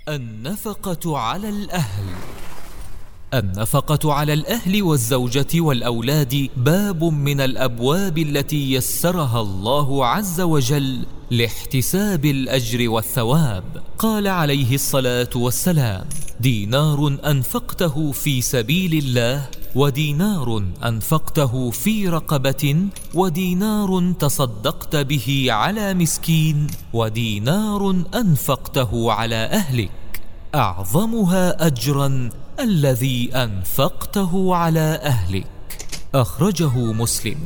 النفقة على الأهل. النفقة على الأهل والزوجة والأولاد باب من الأبواب التي يسرها الله عز وجل لاحتساب الأجر والثواب. قال عليه الصلاة والسلام: دينار أنفقته في سبيل الله، ودينار أنفقته في رقبة، ودينار تصدقت به على مسكين، ودينار أنفقته على أهلك، أعظمها أجرا الذي أنفقته على أهلك. أخرجه مسلم.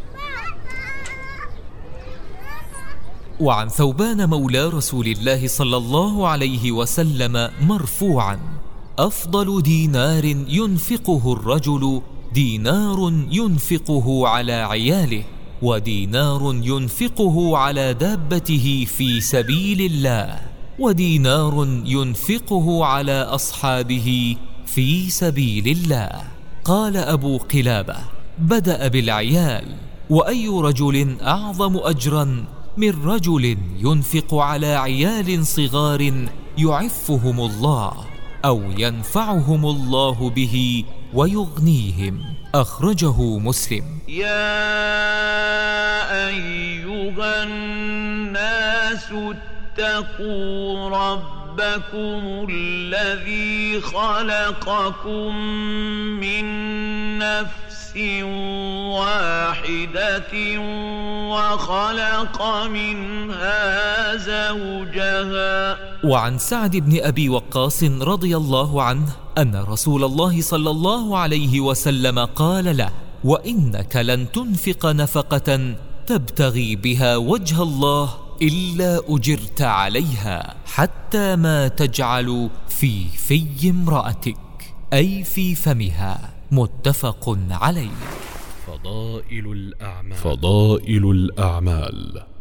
وعن ثوبان مولى رسول الله صلى الله عليه وسلم مرفوعا: أفضل دينار ينفقه الرجل دينار ينفقه على عياله، ودينار ينفقه على دابته في سبيل الله، ودينار ينفقه على أصحابه في سبيل الله. قال أبو قلابة: بدأ بالعيال، وأي رجل أعظم أجرا من رجل ينفق على عيال صغار يعفهم الله أو ينفعهم الله به ويغنيهم. أخرجه مسلم. يا أيها الناس اتقوا ربكم الذي خلقكم من نفس واحدة وخلق منها زوجها. وعن سعد بن أبي وقاص رضي الله عنه أن رسول الله صلى الله عليه وسلم قال له: وإنك لن تنفق نفقة تبتغي بها وجه الله إلا أجرت عليها، حتى ما تجعل في امرأتك، أي في فمها. متفق عليه. فضائل الأعمال